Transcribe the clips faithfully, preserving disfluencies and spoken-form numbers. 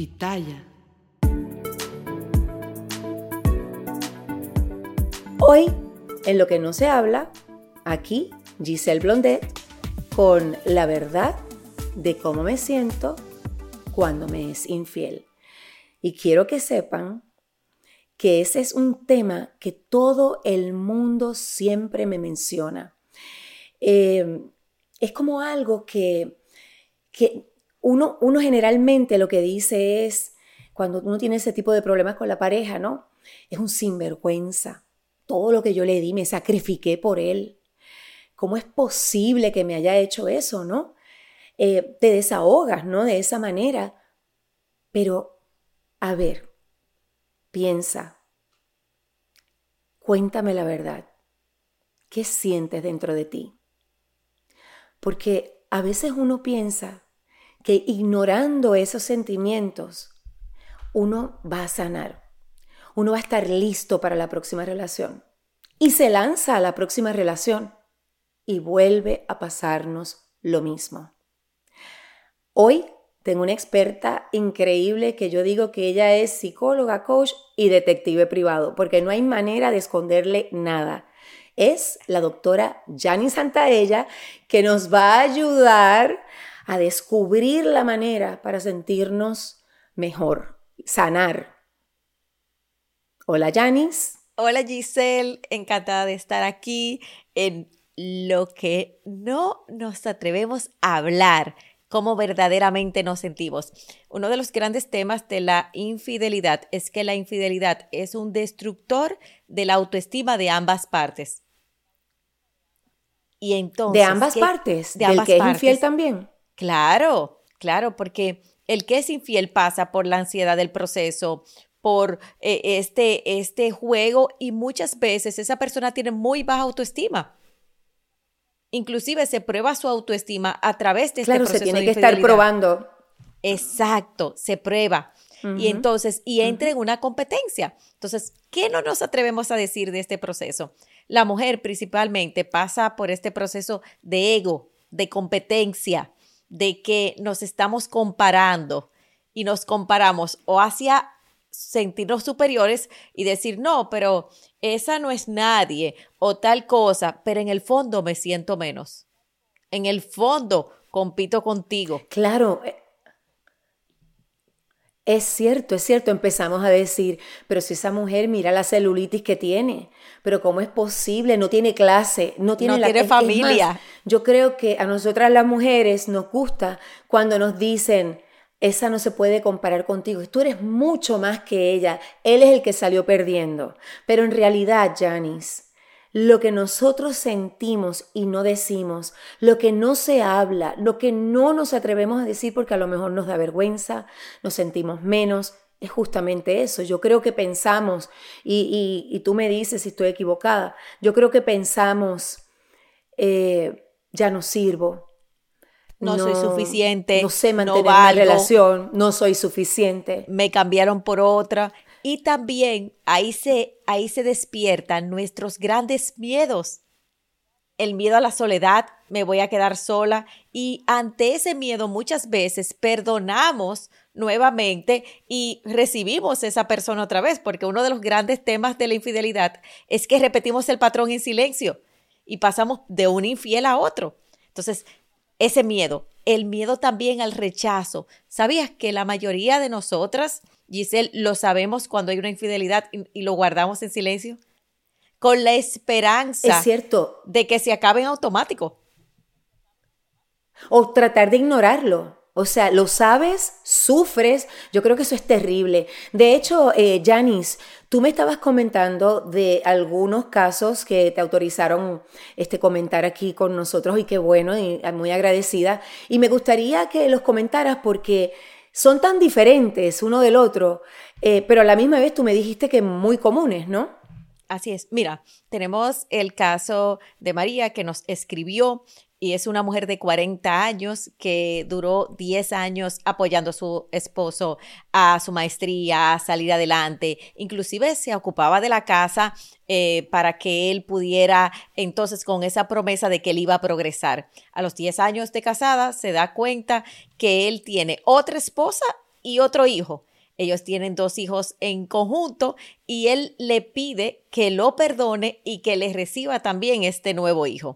Pitaya. Hoy, en Lo que no se habla, aquí Giselle Blondet con la verdad de cómo me siento cuando me es infiel. Y quiero que sepan que ese es un tema que todo el mundo siempre me menciona. Eh, es como algo que, que uno, uno generalmente lo que dice es, cuando uno tiene ese tipo de problemas con la pareja, ¿no? Es un sinvergüenza. Todo lo que yo le di, me sacrifiqué por él. ¿Cómo es posible que me haya hecho eso, no? Eh, te desahogas, ¿no? De esa manera. Pero, a ver, piensa, cuéntame la verdad. ¿Qué sientes dentro de ti? Porque a veces uno piensa que ignorando esos sentimientos, uno va a sanar. Uno va a estar listo para la próxima relación. Y se lanza a la próxima relación y vuelve a pasarnos lo mismo. Hoy tengo una experta increíble que yo digo que ella es psicóloga, coach y detective privado, porque no hay manera de esconderle nada. Es la doctora Yanis Santaella, que nos va a ayudar a descubrir la manera para sentirnos mejor, sanar. Hola, Yanis. Hola, Giselle, encantada de estar aquí en Lo que no nos atrevemos a hablar, cómo verdaderamente nos sentimos. Uno de los grandes temas de la infidelidad es que la infidelidad es un destructor de la autoestima de ambas partes. Y entonces, ¿De ambas ¿qué? partes? De ¿Del ambas que es partes. infiel también? Claro, claro, porque el que es infiel pasa por la ansiedad del proceso, por eh, este, este juego, y muchas veces esa persona tiene muy baja autoestima. Inclusive se prueba su autoestima a través de Claro, este proceso se tiene de que estar infidelidad. probando. Exacto, se prueba. Uh-huh. Y entonces, y entra Uh-huh. en una competencia. Entonces, ¿qué no nos atrevemos a decir de este proceso? La mujer principalmente pasa por este proceso de ego, de competencia, de que nos estamos comparando y nos comparamos o hacia sentirnos superiores y decir, no, pero esa no es nadie o tal cosa, pero en el fondo me siento menos. En el fondo compito contigo. Claro, es cierto, es cierto. Empezamos a decir, pero si esa mujer, mira la celulitis que tiene, pero ¿cómo es posible? No tiene clase, no tiene, no la, tiene es, familia. Es más, yo creo que a nosotras las mujeres nos gusta cuando nos dicen, esa no se puede comparar contigo, tú eres mucho más que ella, él es el que salió perdiendo. Pero en realidad, Yanis, lo que nosotros sentimos y no decimos, lo que no se habla, lo que no nos atrevemos a decir porque a lo mejor nos da vergüenza, nos sentimos menos, es justamente eso. Yo creo que pensamos, y, y, y tú me dices si estoy equivocada, yo creo que pensamos, eh, ya no sirvo. No, no soy suficiente, no sé mantener no valgo, una relación, no soy suficiente. Me cambiaron por otra. Y también ahí se, ahí se despiertan nuestros grandes miedos. El miedo a la soledad, me voy a quedar sola. Y ante ese miedo muchas veces perdonamos nuevamente y recibimos a esa persona otra vez, porque uno de los grandes temas de la infidelidad es que repetimos el patrón en silencio y pasamos de un infiel a otro. Entonces, ese miedo, el miedo también al rechazo. ¿Sabías que la mayoría de nosotras, Giselle, lo sabemos cuando hay una infidelidad y, y lo guardamos en silencio? Con la esperanza es cierto. de que se acabe en automático. O tratar de ignorarlo. O sea, lo sabes, sufres. Yo creo que eso es terrible. De hecho, eh, Yanis, tú me estabas comentando de algunos casos que te autorizaron este, comentar aquí con nosotros y qué bueno, y muy agradecida. Y me gustaría que los comentaras porque son tan diferentes uno del otro, eh, pero a la misma vez tú me dijiste que muy comunes, ¿no? Así es. Mira, tenemos el caso de María que nos escribió. Y es una mujer de cuarenta años que duró diez años apoyando a su esposo a su maestría, a salir adelante. Inclusive se ocupaba de la casa eh, para que él pudiera, entonces con esa promesa de que él iba a progresar. A los diez años de casada se da cuenta que él tiene otra esposa y otro hijo. Ellos tienen dos hijos en conjunto y él le pide que lo perdone y que le reciba también este nuevo hijo.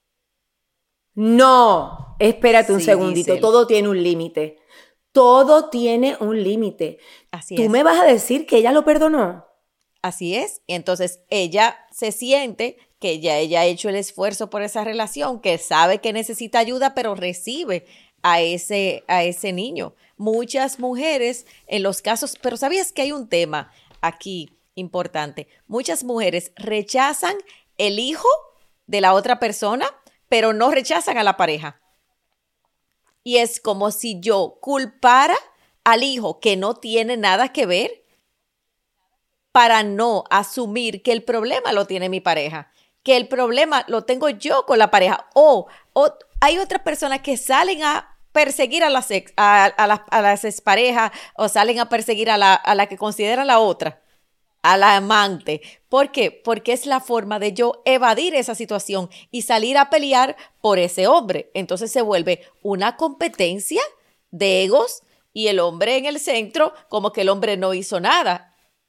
No, espérate un Sí, segundito, Giselle. todo tiene un límite. Todo tiene un límite. Así ¿Tú es. me vas a decir que ella lo perdonó? Así es. Y entonces ella se siente que ya ella ha hecho el esfuerzo por esa relación, que sabe que necesita ayuda, pero recibe a ese, a ese niño. Muchas mujeres en los casos, pero ¿sabías que hay un tema aquí importante? Muchas mujeres rechazan el hijo de la otra persona, pero no rechazan a la pareja. Y es como si yo culpara al hijo que no tiene nada que ver para no asumir que el problema lo tiene mi pareja, que el problema lo tengo yo con la pareja. O, o hay otras personas que salen a perseguir a las, ex, a, a las, a las exparejas o salen a perseguir a la, a la que consideran la otra, a la amante. ¿Por qué? Porque es la forma de yo evadir esa situación y salir a pelear por ese hombre. Entonces se vuelve una competencia de egos y el hombre en el centro, como que el hombre no hizo nada.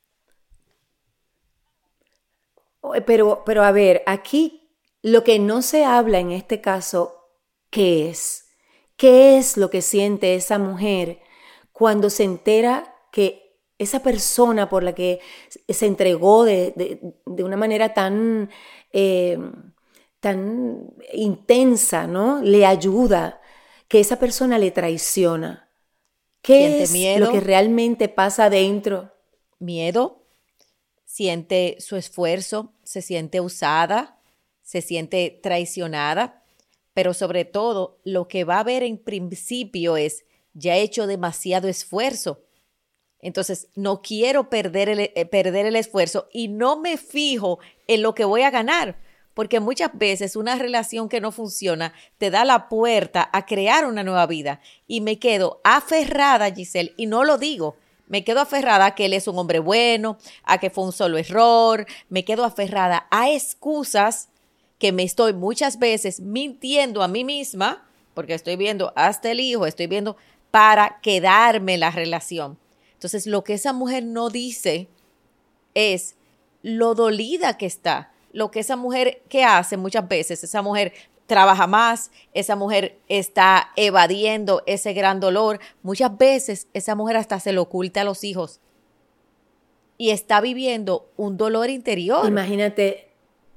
Pero, pero a ver, aquí lo que no se habla en este caso, ¿qué es? ¿Qué es lo que siente esa mujer cuando se entera que esa persona por la que se entregó de, de, de una manera tan, eh, tan intensa, ¿no? Le ayuda, que esa persona le traiciona? ¿Qué Siente es miedo, lo que realmente pasa adentro? miedo, siente su esfuerzo, se siente usada, se siente traicionada, pero sobre todo lo que va a ver en principio es, ya he hecho demasiado esfuerzo. Entonces, no quiero perder el, eh, perder el esfuerzo y no me fijo en lo que voy a ganar, porque muchas veces una relación que no funciona te da la puerta a crear una nueva vida y me quedo aferrada, Giselle, y no lo digo, me quedo aferrada a que él es un hombre bueno, a que fue un solo error, me quedo aferrada a excusas que me estoy muchas veces mintiendo a mí misma, porque estoy viendo hasta el hijo, estoy viendo para quedarme en la relación. Entonces, lo que esa mujer no dice es lo dolida que está. Lo que esa mujer que hace muchas veces, esa mujer trabaja más, esa mujer está evadiendo ese gran dolor. Muchas veces esa mujer hasta se lo oculta a los hijos y está viviendo un dolor interior. Imagínate.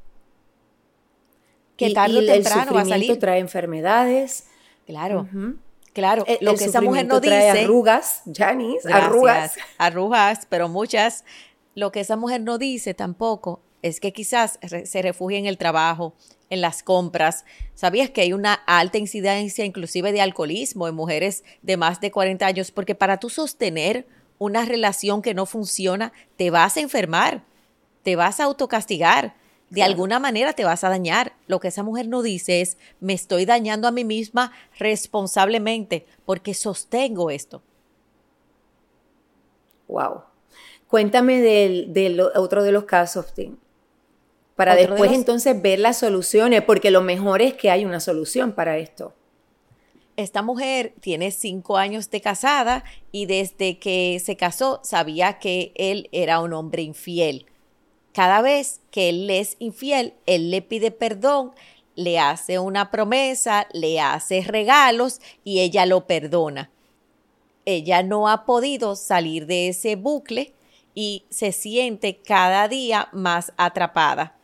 Que y, tarde y o temprano va a el sufrimiento salir. trae enfermedades. Claro. Uh-huh. Claro, El, lo el que esa mujer no trae dice. Arrugas, Janice, Gracias, arrugas. Arrugas, pero muchas. Lo que esa mujer no dice tampoco es que quizás se refugie en el trabajo, en las compras. ¿Sabías que hay una alta incidencia inclusive de alcoholismo en mujeres de más de cuarenta años? Porque para tú sostener una relación que no funciona, te vas a enfermar, te vas a autocastigar. De claro. alguna manera te vas a dañar. Lo que esa mujer no dice es, me estoy dañando a mí misma responsablemente porque sostengo esto. Wow. Cuéntame del, del otro de los casos, Tim, para Otro después de los... entonces ver las soluciones, porque lo mejor es que hay una solución para esto. Esta mujer tiene cinco años de casada y desde que se casó sabía que él era un hombre infiel. Cada vez que él le es infiel, él le pide perdón, le hace una promesa, le hace regalos y ella lo perdona. Ella no ha podido salir de ese bucle y se siente cada día más atrapada.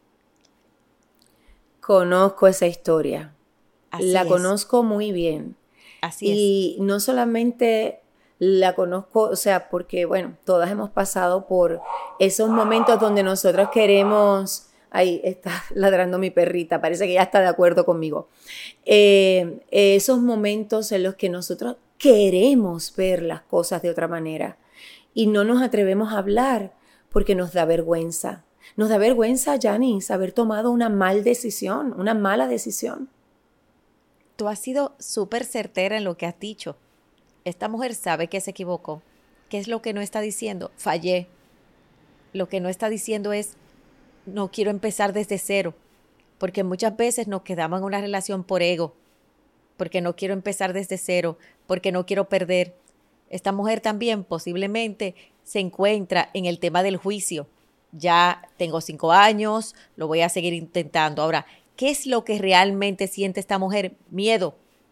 Conozco esa historia. Así la es. conozco muy bien. Así y es. no solamente la conozco, o sea, porque, bueno, todas hemos pasado por esos momentos donde nosotros queremos... Ahí está ladrando mi perrita, parece que ya está de acuerdo conmigo. Eh, esos momentos en los que nosotros queremos ver las cosas de otra manera y no nos atrevemos a hablar porque nos da vergüenza. Nos da vergüenza, Janice, haber tomado una mal decisión, una mala decisión. Tú has sido súper certera en lo que has dicho. Esta mujer sabe que se equivocó. ¿Qué es lo que no está diciendo? Fallé. Lo que no está diciendo es, no quiero empezar desde cero. Porque muchas veces nos quedamos en una relación por ego. Porque no quiero empezar desde cero. Porque no quiero perder. Esta mujer también posiblemente se encuentra en el tema del juicio. Ya tengo cinco años, lo voy a seguir intentando. Ahora, ¿qué es lo que realmente siente esta mujer? Miedo.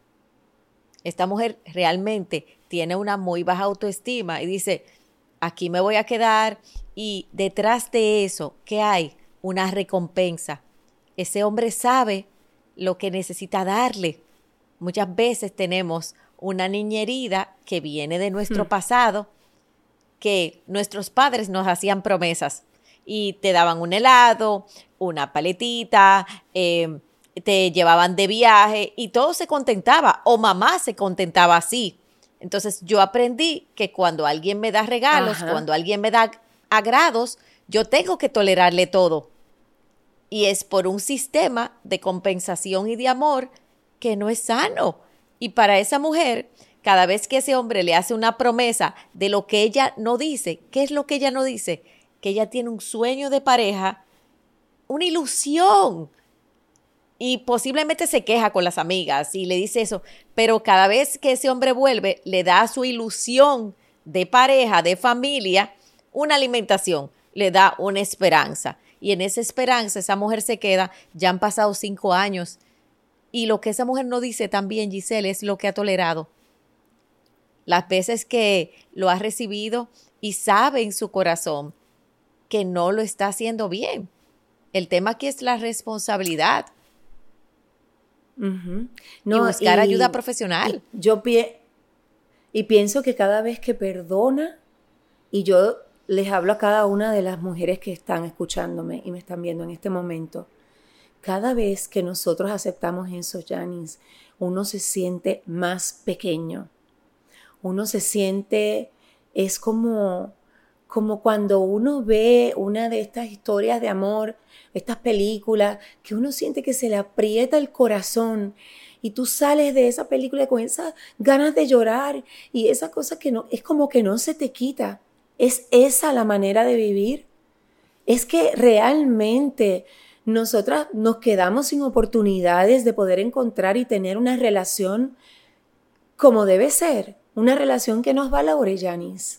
Esta mujer realmente tiene una muy baja autoestima y dice, aquí me voy a quedar, y detrás de eso, ¿qué hay? Una recompensa. Ese hombre sabe lo que necesita darle. Muchas veces tenemos una niña herida que viene de nuestro hmm. pasado, que nuestros padres nos hacían promesas y te daban un helado, una paletita, eh, te llevaban de viaje y todo se contentaba, o mamá se contentaba así. Entonces yo aprendí que cuando alguien me da regalos, Ajá. cuando alguien me da agrados, yo tengo que tolerarle todo. Y es por un sistema de compensación y de amor que no es sano. Y para esa mujer, cada vez que ese hombre le hace una promesa de lo que ella no dice, ¿qué es lo que ella no dice? Que ella tiene un sueño de pareja, una ilusión. Y posiblemente se queja con las amigas y le dice eso, pero cada vez que ese hombre vuelve, le da a su ilusión de pareja, de familia, una alimentación, le da una esperanza. Y en esa esperanza esa mujer se queda. Ya han pasado cinco años. Y lo que esa mujer no dice también, Giselle, es lo que ha tolerado. Las veces que lo ha recibido y sabe en su corazón que no lo está haciendo bien. El tema aquí es la responsabilidad. Uh-huh. No, y buscar y, ayuda profesional. Y yo pi- y pienso que cada vez que perdona, y yo les hablo a cada una de las mujeres que están escuchándome y me están viendo en este momento, cada vez que nosotros aceptamos eso, Janice, uno se siente más pequeño. Uno se siente, es como, como cuando uno ve una de estas historias de amor, estas películas, que uno siente que se le aprieta el corazón y tú sales de esa película con esas ganas de llorar y esa cosa que no, es como que no se te quita. ¿Es esa la manera de vivir? Es que realmente nosotras nos quedamos sin oportunidades de poder encontrar y tener una relación como debe ser, una relación que nos valore, Janice.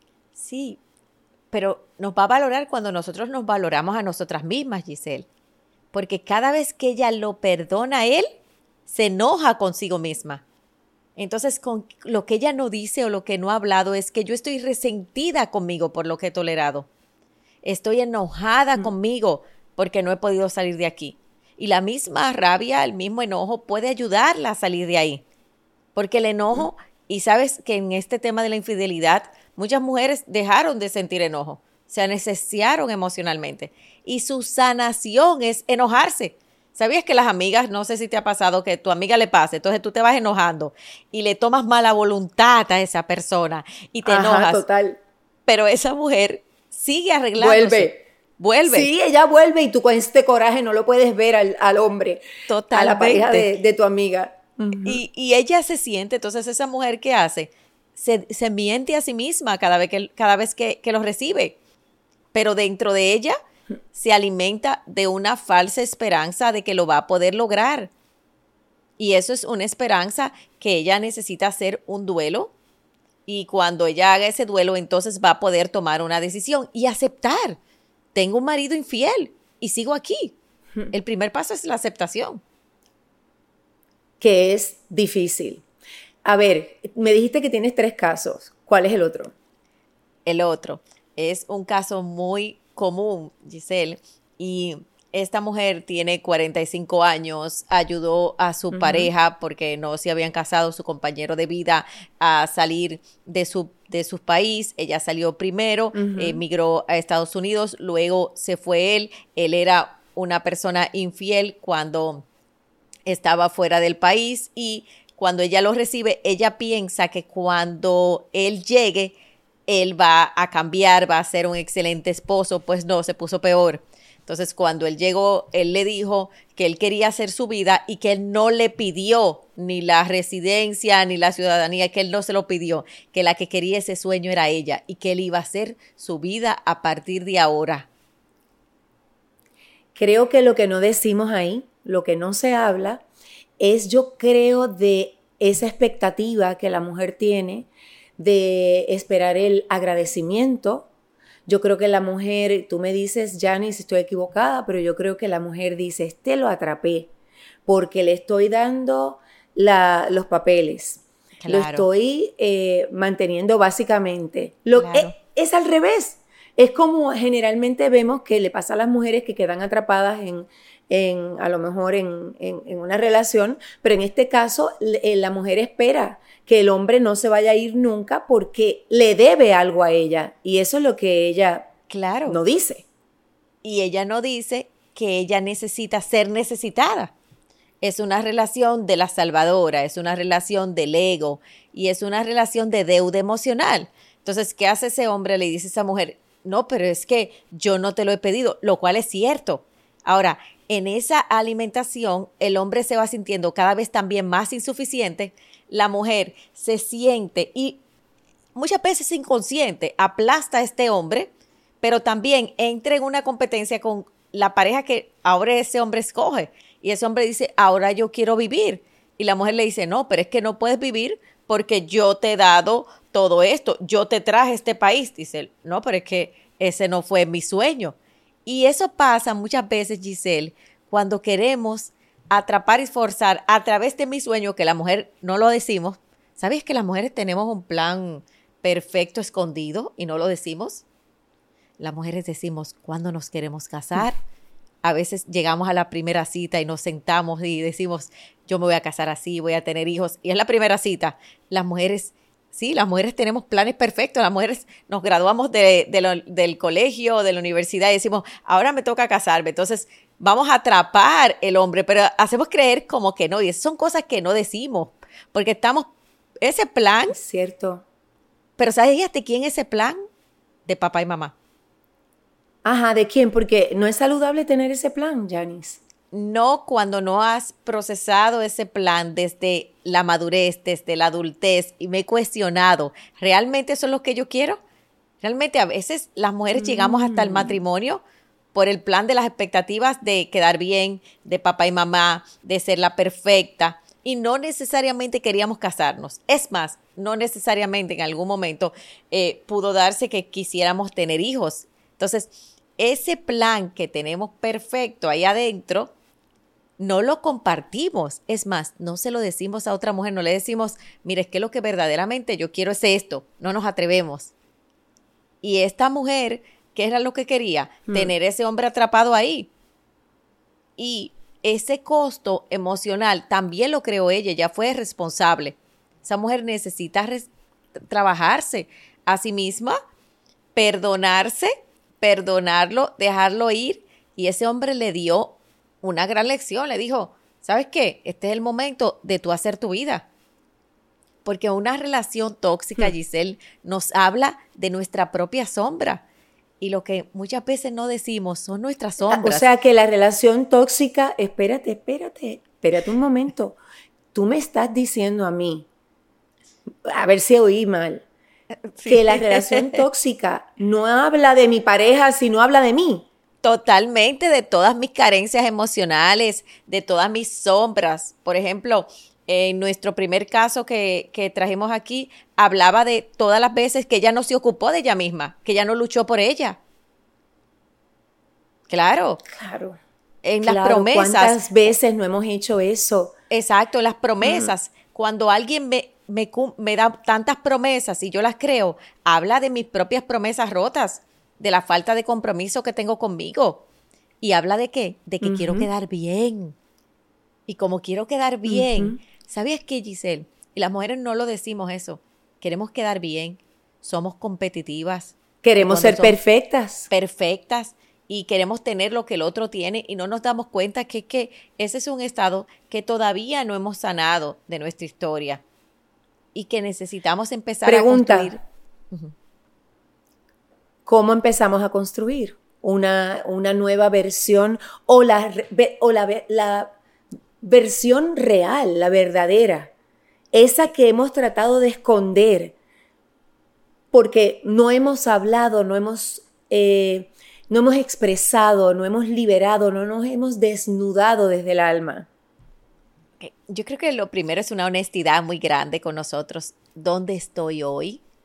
Sí, pero nos va a valorar cuando nosotros nos valoramos a nosotras mismas, Giselle. Porque cada vez que ella lo perdona a él, se enoja consigo misma. Entonces, con lo que ella no dice o lo que no ha hablado es que yo estoy resentida conmigo por lo que he tolerado. Estoy enojada mm. conmigo porque no he podido salir de aquí. Y la misma rabia, el mismo enojo puede ayudarla a salir de ahí. Porque el enojo, mm. y sabes que en este tema de la infidelidad, muchas mujeres dejaron de sentir enojo, se anestesiaron emocionalmente. Y su sanación es enojarse. ¿Sabías que las amigas, no sé si te ha pasado que tu amiga le pase, entonces tú te vas enojando y le tomas mala voluntad a esa persona y te Ajá, enojas? Total. Pero esa mujer sigue arreglándose. Vuelve. Vuelve. Sí, ella vuelve y tú con este coraje no lo puedes ver al, al hombre, Totalmente. A la pareja de, de tu amiga. Uh-huh. Y, y ella se siente, entonces esa mujer, ¿qué hace? Se, se miente a sí misma cada vez, que, cada vez que, que lo recibe. Pero dentro de ella se alimenta de una falsa esperanza de que lo va a poder lograr. Y eso es una esperanza que ella necesita hacer un duelo. Y cuando ella haga ese duelo, entonces va a poder tomar una decisión y aceptar. Tengo un marido infiel y sigo aquí. El primer paso es la aceptación. Que es difícil. A ver, me dijiste que tienes tres casos. ¿Cuál es el otro? El otro es un caso muy común, Giselle, y esta mujer tiene cuarenta y cinco años, ayudó a su uh-huh. pareja porque no se habían casado, su compañero de vida, a salir de su, de su país. Ella salió primero, uh-huh. emigró a Estados Unidos, luego se fue él. Él era una persona infiel cuando estaba fuera del país y cuando ella lo recibe, ella piensa que cuando él llegue, él va a cambiar, va a ser un excelente esposo. Pues no, se puso peor. Entonces, cuando él llegó, él le dijo que él quería hacer su vida y que él no le pidió ni la residencia ni la ciudadanía, que él no se lo pidió, que la que quería ese sueño era ella y que él iba a hacer su vida a partir de ahora. Creo que lo que no decimos ahí, lo que no se habla, es yo creo de esa expectativa que la mujer tiene de esperar el agradecimiento. Yo creo que la mujer, tú me dices, Janice, si estoy equivocada, pero yo creo que la mujer dice, este lo atrapé porque le estoy dando la, los papeles. Claro. Lo estoy eh, manteniendo básicamente. Lo, claro. es, es al revés. Es como generalmente vemos que le pasa a las mujeres que quedan atrapadas en, en a lo mejor en, en, en una relación, pero en este caso la mujer espera que el hombre no se vaya a ir nunca porque le debe algo a ella. Y eso es lo que ella claro. no dice. Y ella no dice que ella necesita ser necesitada. Es una relación de la salvadora, es una relación del ego y es una relación de deuda emocional. Entonces, ¿qué hace ese hombre? Le dice a esa mujer, no, pero es que yo no te lo he pedido, lo cual es cierto. Ahora, en esa alimentación, el hombre se va sintiendo cada vez también más insuficiente, la mujer se siente y muchas veces inconsciente, aplasta a este hombre, pero también entra en una competencia con la pareja que ahora ese hombre escoge. Y ese hombre dice, ahora yo quiero vivir. Y la mujer le dice, no, pero es que no puedes vivir porque yo te he dado todo esto. Yo te traje a este país. Dice él, no, pero es que ese no fue mi sueño. Y eso pasa muchas veces, Giselle, cuando queremos atrapar y forzar a través de mi sueño, que la mujer no lo decimos. ¿Sabes que las mujeres tenemos un plan perfecto escondido y no lo decimos? Las mujeres decimos, ¿cuándo nos queremos casar? A veces llegamos a la primera cita y nos sentamos y decimos, yo me voy a casar así, voy a tener hijos. Y es la primera cita. Las mujeres, sí, las mujeres tenemos planes perfectos. Las mujeres nos graduamos de, de lo, del colegio, de la universidad y decimos, ahora me toca casarme. Entonces, vamos a atrapar el hombre, pero hacemos creer como que no. Y esas son cosas que no decimos, porque estamos, ese plan. Es cierto. Pero ¿sabes de quién es ese plan? De papá y mamá. Ajá, ¿de quién? Porque no es saludable tener ese plan, Janice. No cuando no has procesado ese plan desde la madurez, desde la adultez, y me he cuestionado, ¿realmente eso es lo que yo quiero? Realmente a veces las mujeres mm. llegamos hasta el matrimonio por el plan de las expectativas de quedar bien, de papá y mamá, de ser la perfecta, y no necesariamente queríamos casarnos. Es más, no necesariamente en algún momento eh, pudo darse que quisiéramos tener hijos. Entonces, ese plan que tenemos perfecto ahí adentro, no lo compartimos. Es más, no se lo decimos a otra mujer, no le decimos, mire, es que lo que verdaderamente yo quiero es esto. No nos atrevemos. Y esta mujer, ¿qué era lo que quería? Hmm. Tener ese hombre atrapado ahí. Y ese costo emocional también lo creó ella, ya fue responsable. Esa mujer necesita res- trabajarse a sí misma, perdonarse, perdonarlo, dejarlo ir, y ese hombre le dio una gran lección, le dijo, ¿sabes qué? Este es el momento de tú hacer tu vida, porque una relación tóxica, hmm. Giselle, nos habla de nuestra propia sombra, y lo que muchas veces no decimos son nuestras sombras. O sea que la relación tóxica, espérate, espérate, espérate un momento, tú me estás diciendo a mí, a ver si oí mal, sí. que la relación tóxica no habla de mi pareja, sino habla de mí. Totalmente, de todas mis carencias emocionales, de todas mis sombras. Por ejemplo, en nuestro primer caso que, que trajimos aquí, hablaba de todas las veces que ella no se ocupó de ella misma, que ella no luchó por ella. Claro. Claro. En claro, las promesas. ¿Cuántas veces no hemos hecho eso? Exacto, en las promesas. Mm. Cuando alguien me... Me, me da tantas promesas y yo las creo, habla de mis propias promesas rotas, de la falta de compromiso que tengo conmigo. ¿Y habla de qué? De que uh-huh. quiero quedar bien. Y como quiero quedar bien, uh-huh. ¿sabías qué, Giselle? Y las mujeres no lo decimos eso. Queremos quedar bien, somos competitivas. Queremos ser perfectas. Perfectas. Y queremos tener lo que el otro tiene y no nos damos cuenta que, que ese es un estado que todavía no hemos sanado de nuestra historia. Y que necesitamos empezar Pregunta, a construir. Uh-huh. ¿Cómo empezamos a construir una, una nueva versión o, la, o la, la versión real, la verdadera? Esa que hemos tratado de esconder porque no hemos hablado, no hemos, eh, no hemos expresado, no hemos liberado, no nos hemos desnudado desde el alma. Yo creo que lo primero es una honestidad muy grande con nosotros. ¿Dónde estoy hoy?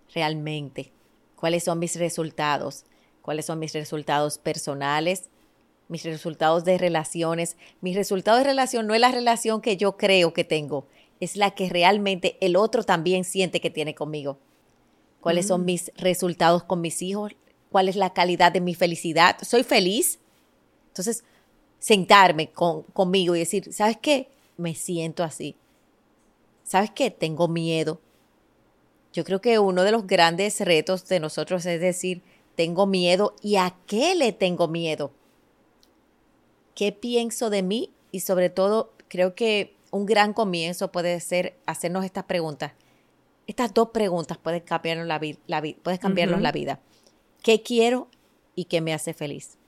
realmente? ¿Cuáles son mis resultados? ¿Cuáles son mis resultados personales? Mis resultados de relaciones. Mis resultados de relación no es la relación que yo creo que tengo, es la que realmente el otro también siente que tiene conmigo. ¿Cuáles mm. son mis resultados con mis hijos? ¿Cuál es la calidad de mi felicidad? ¿Soy feliz? Entonces, sentarme con, conmigo y decir, ¿sabes qué? Me siento así. ¿Sabes qué? Tengo miedo. Yo creo que uno de los grandes retos de nosotros es decir, tengo miedo. ¿Y a qué le tengo miedo? ¿Qué pienso de mí? Y sobre todo, creo que un gran comienzo puede ser hacernos estas preguntas. Estas dos preguntas pueden cambiarnos la, vi- la, vi- pueden cambiarnos uh-huh. la vida. ¿Qué quiero y qué me hace feliz?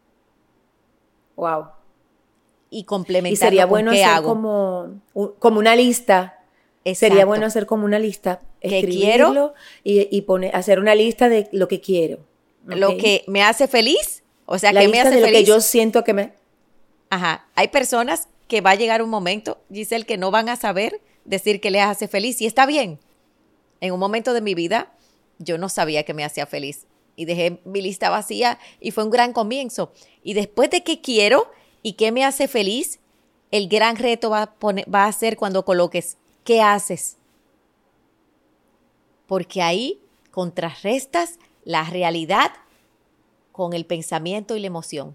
Wow. Y complementarlo y sería con bueno qué hacer hago. Como, como una lista. Exacto. Sería bueno hacer como una lista, escribirlo y, y poner, hacer una lista de lo que quiero. ¿Okay? Lo que me hace feliz. O sea, la ¿qué lista me hace de feliz? Lo que yo siento que me... Ajá. Hay personas que va a llegar un momento, Giselle, que no van a saber decir qué les hace feliz. Y está bien. En un momento de mi vida, yo no sabía que me hacía feliz. Y dejé mi lista vacía y fue un gran comienzo. Y después de qué quiero y qué me hace feliz, el gran reto va a, poner, va a ser cuando coloques qué haces. Porque ahí contrarrestas la realidad con el pensamiento y la emoción.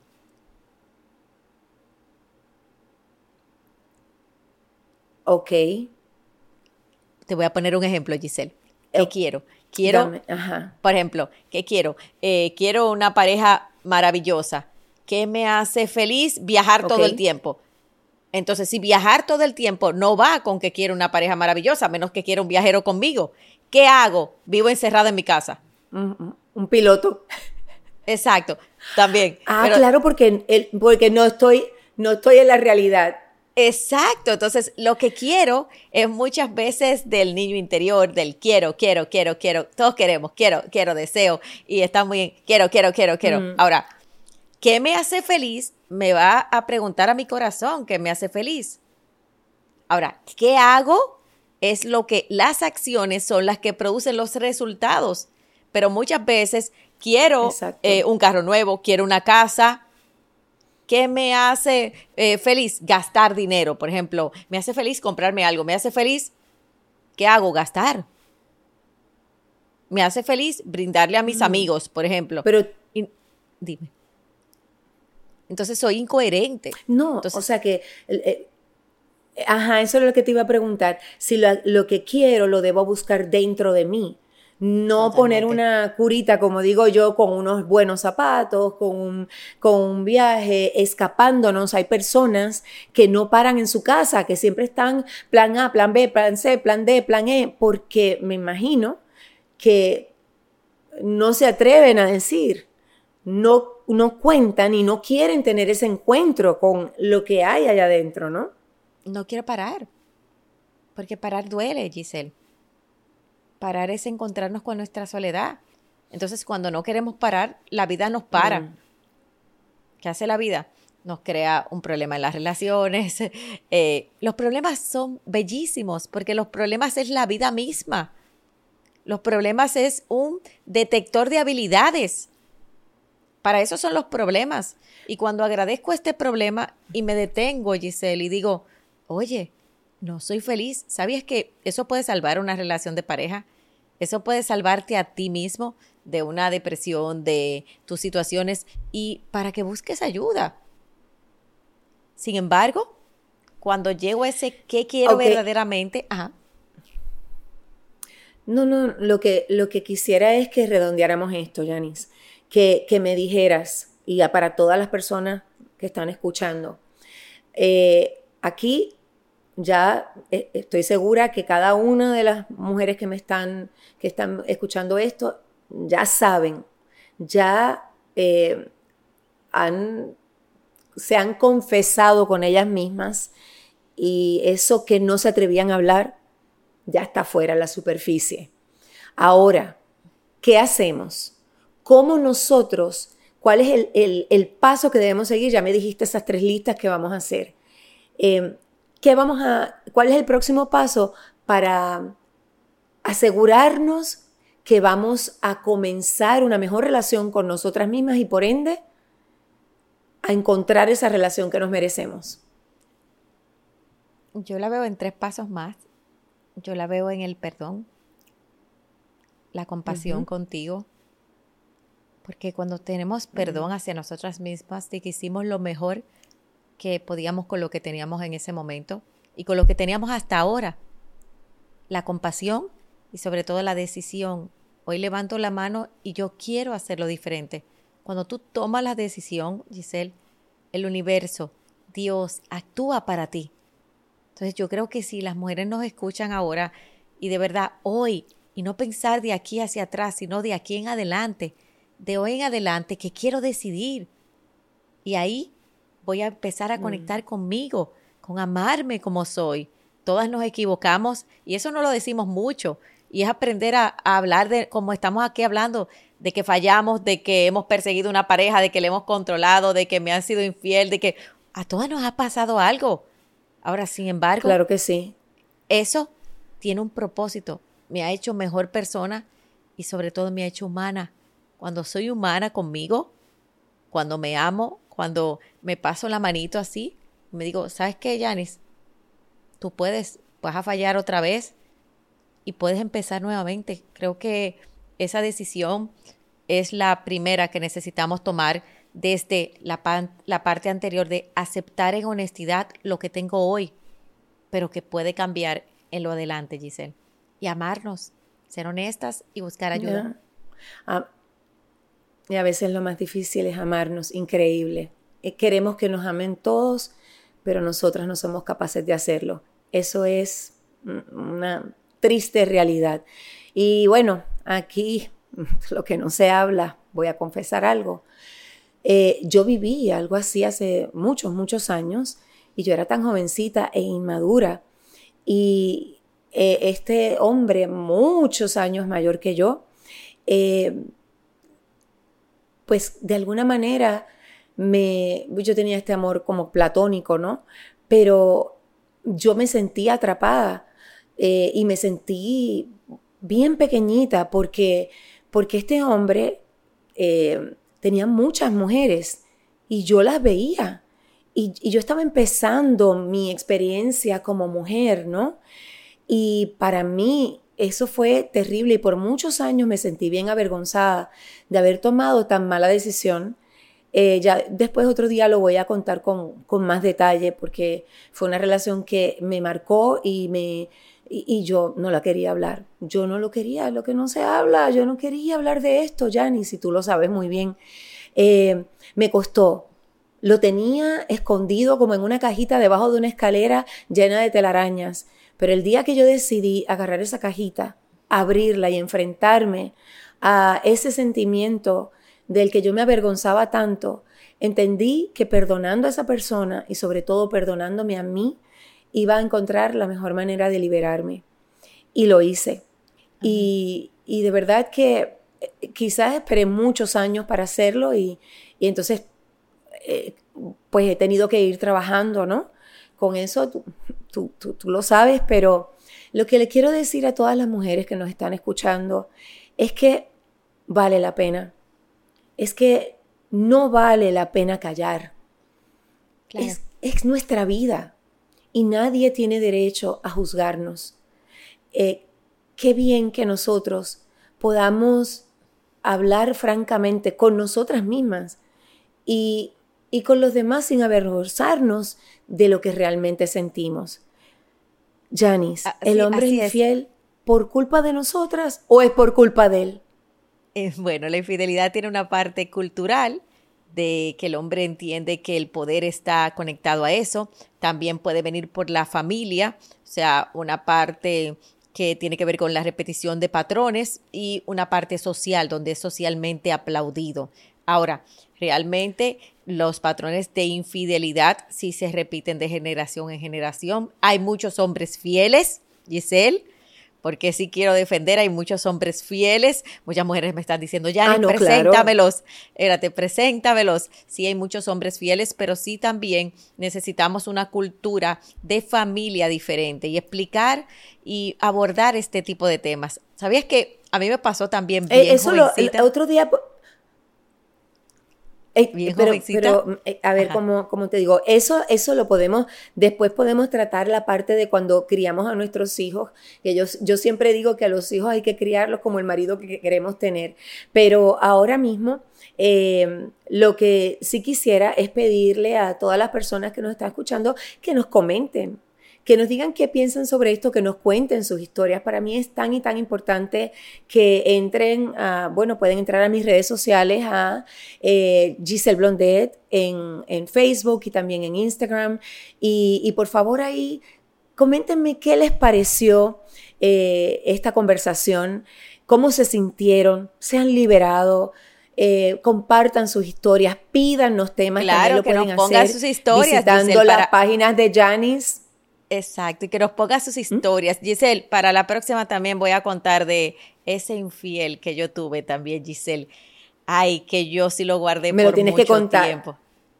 Ok. Te voy a poner un ejemplo, Giselle. ¿Qué oh, quiero? Quiero, dame, ajá. por ejemplo, ¿qué quiero? Eh, quiero una pareja maravillosa. ¿Qué me hace feliz? Viajar okay. todo el tiempo. Entonces, si viajar todo el tiempo no va con que quiero una pareja maravillosa, a menos que quiera un viajero conmigo, ¿qué hago? Vivo encerrada en mi casa. Un, un piloto. Exacto, también. Ah, pero, claro, porque, el, porque no, estoy, no estoy en la realidad. Exacto, entonces lo que quiero es muchas veces del niño interior, del quiero, quiero, quiero, quiero, todos queremos, quiero, quiero, deseo, y está muy bien, quiero, quiero, quiero, quiero. Mm. Ahora, ¿qué me hace feliz? Me va a preguntar a mi corazón, ¿qué me hace feliz? Ahora, ¿qué hago? Es lo que, las acciones son las que producen los resultados, pero muchas veces quiero eh, un carro nuevo, quiero una casa. ¿Qué me hace eh, feliz? Gastar dinero, por ejemplo. Me hace feliz comprarme algo. Me hace feliz, ¿qué hago? Gastar. Me hace feliz brindarle a mis mm. amigos, por ejemplo. Pero, y, dime. Entonces soy incoherente. No, Entonces, o sea que, eh, ajá, eso es lo que te iba a preguntar. Si lo, lo que quiero lo debo buscar dentro de mí. No Totalmente. Poner una curita, como digo yo, con unos buenos zapatos, con un, con un viaje, escapándonos. Hay personas que no paran en su casa, que siempre están plan A, plan B, plan C, plan D, plan E, porque me imagino que no se atreven a decir, no, no cuentan y no quieren tener ese encuentro con lo que hay allá adentro, ¿no? No quiero parar, porque parar duele, Giselle. Parar es encontrarnos con nuestra soledad. Entonces, cuando no queremos parar, la vida nos para. Mm. ¿Qué hace la vida? Nos crea un problema en las relaciones. Eh, los problemas son bellísimos porque los problemas es la vida misma. Los problemas es un detector de habilidades. Para eso son los problemas. Y cuando agradezco este problema y me detengo, Giselle, y digo, oye, no soy feliz. ¿Sabías que eso puede salvar una relación de pareja? Eso puede salvarte a ti mismo de una depresión, de tus situaciones y para que busques ayuda. Sin embargo, cuando llego a ese qué quiero okay. verdaderamente, ajá. No, no, lo que, lo que quisiera es que redondeáramos esto, Yanis, que, que me dijeras, y para todas las personas que están escuchando, eh, aquí ya estoy segura que cada una de las mujeres que me están, que están escuchando esto, ya saben, ya eh, han, se han confesado con ellas mismas y eso que no se atrevían a hablar ya está fuera de la superficie. Ahora, ¿qué hacemos? ¿Cómo nosotros, cuál es el, el, el paso que debemos seguir? Ya me dijiste esas tres listas que vamos a hacer. Eh, ¿Qué vamos a, ¿Cuál es el próximo paso para asegurarnos que vamos a comenzar una mejor relación con nosotras mismas y por ende a encontrar esa relación que nos merecemos. Yo la veo en tres pasos más. Yo la veo en el perdón, la compasión uh-huh. contigo. Porque cuando tenemos perdón uh-huh. hacia nosotras mismas de que hicimos lo mejor que podíamos con lo que teníamos en ese momento y con lo que teníamos hasta ahora, la compasión y sobre todo la decisión. Hoy levanto la mano y yo quiero hacerlo diferente. Cuando tú tomas la decisión, Giselle, el universo, Dios, actúa para ti. Entonces yo creo que si las mujeres nos escuchan ahora y de verdad hoy, y no pensar de aquí hacia atrás, sino de aquí en adelante, de hoy en adelante, que quiero decidir. Y ahí voy a empezar a conectar mm. conmigo, con amarme como soy. Todas nos equivocamos y eso no lo decimos mucho. Y es aprender a, a hablar de, como estamos aquí hablando, de que fallamos, de que hemos perseguido una pareja, de que le hemos controlado, de que me han sido infiel, de que a todas nos ha pasado algo. Ahora, sin embargo, claro que sí. Eso tiene un propósito. Me ha hecho mejor persona y sobre todo me ha hecho humana. Cuando soy humana conmigo, cuando me amo, cuando me paso la manito así, me digo, ¿sabes qué, Yanis? Tú puedes, vas a fallar otra vez y puedes empezar nuevamente. Creo que esa decisión es la primera que necesitamos tomar desde la, pan, la parte anterior de aceptar en honestidad lo que tengo hoy, pero que puede cambiar en lo adelante, Giselle. Y amarnos, ser honestas y buscar ayuda. Yeah. Ah, y a veces lo más difícil es amarnos, increíble. Queremos que nos amen todos, pero nosotras no somos capaces de hacerlo. Eso es una triste realidad. Y bueno, aquí lo que no se habla, voy a confesar algo. Eh, yo viví algo así hace muchos, muchos años y yo era tan jovencita e inmadura. Y eh, este hombre, muchos años mayor que yo, eh, pues de alguna manera me, yo tenía este amor como platónico, ¿no? Pero yo me sentí atrapada eh, y me sentí bien pequeñita porque, porque este hombre eh, tenía muchas mujeres y yo las veía y, y yo estaba empezando mi experiencia como mujer, ¿no? Y para mí eso fue terrible y por muchos años me sentí bien avergonzada de haber tomado tan mala decisión. Eh, ya después otro día lo voy a contar con, con más detalle porque fue una relación que me marcó y, me, y, y yo no la quería hablar. Yo no lo quería, lo que no se habla. Yo no quería hablar de esto, Yanis, si tú lo sabes muy bien. Eh, me costó. Lo tenía escondido como en una cajita debajo de una escalera llena de telarañas. Pero el día que yo decidí agarrar esa cajita, abrirla y enfrentarme a ese sentimiento del que yo me avergonzaba tanto, entendí que perdonando a esa persona y sobre todo perdonándome a mí, iba a encontrar la mejor manera de liberarme. Y lo hice. Y, y de verdad que quizás esperé muchos años para hacerlo y, y entonces eh, pues he tenido que ir trabajando, ¿no? Con eso tú, tú, tú, tú lo sabes, pero lo que le quiero decir a todas las mujeres que nos están escuchando es que vale la pena. Es que no vale la pena callar. Claro. Es, es nuestra vida y nadie tiene derecho a juzgarnos. Eh, qué bien que nosotros podamos hablar francamente con nosotras mismas y, y con los demás sin avergonzarnos de lo que realmente sentimos. Yanis, ¿el hombre es infiel por culpa de nosotras o es por culpa de él? Eh, bueno, la infidelidad tiene una parte cultural de que el hombre entiende que el poder está conectado a eso. También puede venir por la familia, o sea, una parte que tiene que ver con la repetición de patrones y una parte social, donde es socialmente aplaudido. Ahora, realmente los patrones de infidelidad sí se repiten de generación en generación. Hay muchos hombres fieles, Giselle, porque sí quiero defender, hay muchos hombres fieles, muchas mujeres me están diciendo, ya, ah, no, preséntamelos, claro. Érate, preséntamelos. Sí hay muchos hombres fieles, pero sí también necesitamos una cultura de familia diferente y explicar y abordar este tipo de temas. ¿Sabías que a mí me pasó también bien Eh, eso lo, el jovencita? otro día... Eh, Bien pero, jovencita. pero eh, a ver, Ajá. como, como te digo, eso, eso lo podemos, después podemos tratar la parte de cuando criamos a nuestros hijos, que yo, yo siempre digo que a los hijos hay que criarlos como el marido que queremos tener, pero ahora mismo eh, lo que sí quisiera es pedirle a todas las personas que nos están escuchando que nos comenten, que nos digan qué piensan sobre esto, que nos cuenten sus historias. Para mí es tan y tan importante que entren, a, bueno, pueden entrar a mis redes sociales, a eh, Giselle Blondet en, en Facebook y también en Instagram. Y, y por favor ahí, coméntenme qué les pareció eh, esta conversación, cómo se sintieron, se han liberado. Eh, compartan sus historias, pídanos temas, Claro, también lo que pueden nos pongan hacer sus historias, visitando Giselle, las para... páginas de Janice. Exacto, y que nos ponga sus ¿Mm? historias. Giselle, para la próxima también voy a contar de ese infiel que yo tuve también, Giselle. Ay, que yo sí lo guardé Me lo por tienes que mucho contar. tiempo.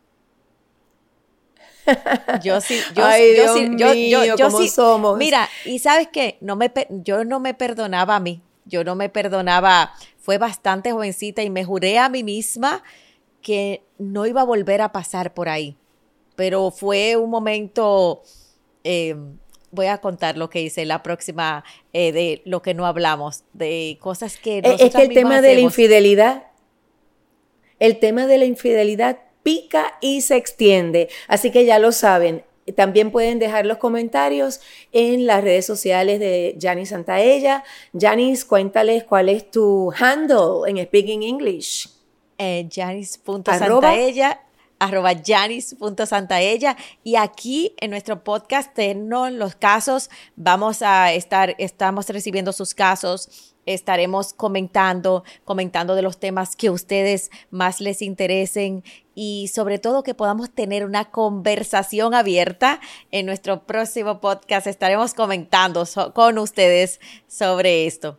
Yo sí, yo, Ay, yo Dios sí, yo, yo, mío, yo ¿cómo sí. somos? Mira, y sabes qué, no me, pe- yo no me perdonaba a mí, yo no me perdonaba. Fue bastante jovencita y me juré a mí misma que no iba a volver a pasar por ahí. Pero fue un momento. Eh, voy a contar lo que hice la próxima, eh, de lo que no hablamos, de cosas que Es que nosotras el mismas tema de la hacemos. infidelidad, el tema de la infidelidad pica y se extiende. Así que ya lo saben. También pueden dejar los comentarios en las redes sociales de Janice Santaella. Janice, cuéntales cuál es tu handle en Speaking English. Eh, Arroba. Janice.santaella, arroba Janice.santaella. Y aquí en nuestro podcast, en los casos, vamos a estar, estamos recibiendo sus casos, estaremos comentando, comentando de los temas que a ustedes más les interesen y sobre todo que podamos tener una conversación abierta. En nuestro próximo podcast estaremos comentando so- con ustedes sobre esto.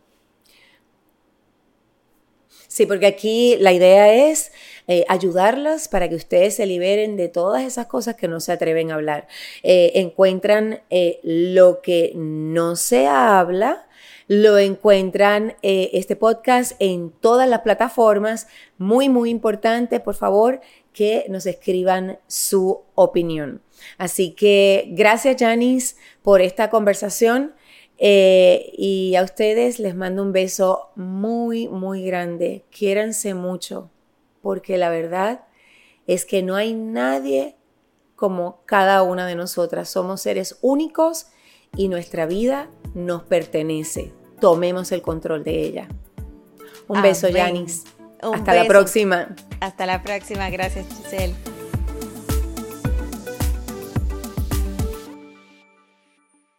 Sí, porque aquí la idea es eh, ayudarlas para que ustedes se liberen de todas esas cosas que no se atreven a hablar. Eh, encuentran eh, lo que no se habla, lo encuentran eh, este podcast en todas las plataformas. Muy, muy importante, por favor, que nos escriban su opinión. Así que gracias, Janice, por esta conversación. Eh, y a ustedes les mando un beso muy, muy grande. Quiéranse mucho, porque la verdad es que no hay nadie como cada una de nosotras. Somos seres únicos y nuestra vida nos pertenece. Tomemos el control de ella. Un beso, Amén. Janice. Un Hasta beso. la próxima. Hasta la próxima. Gracias, Giselle.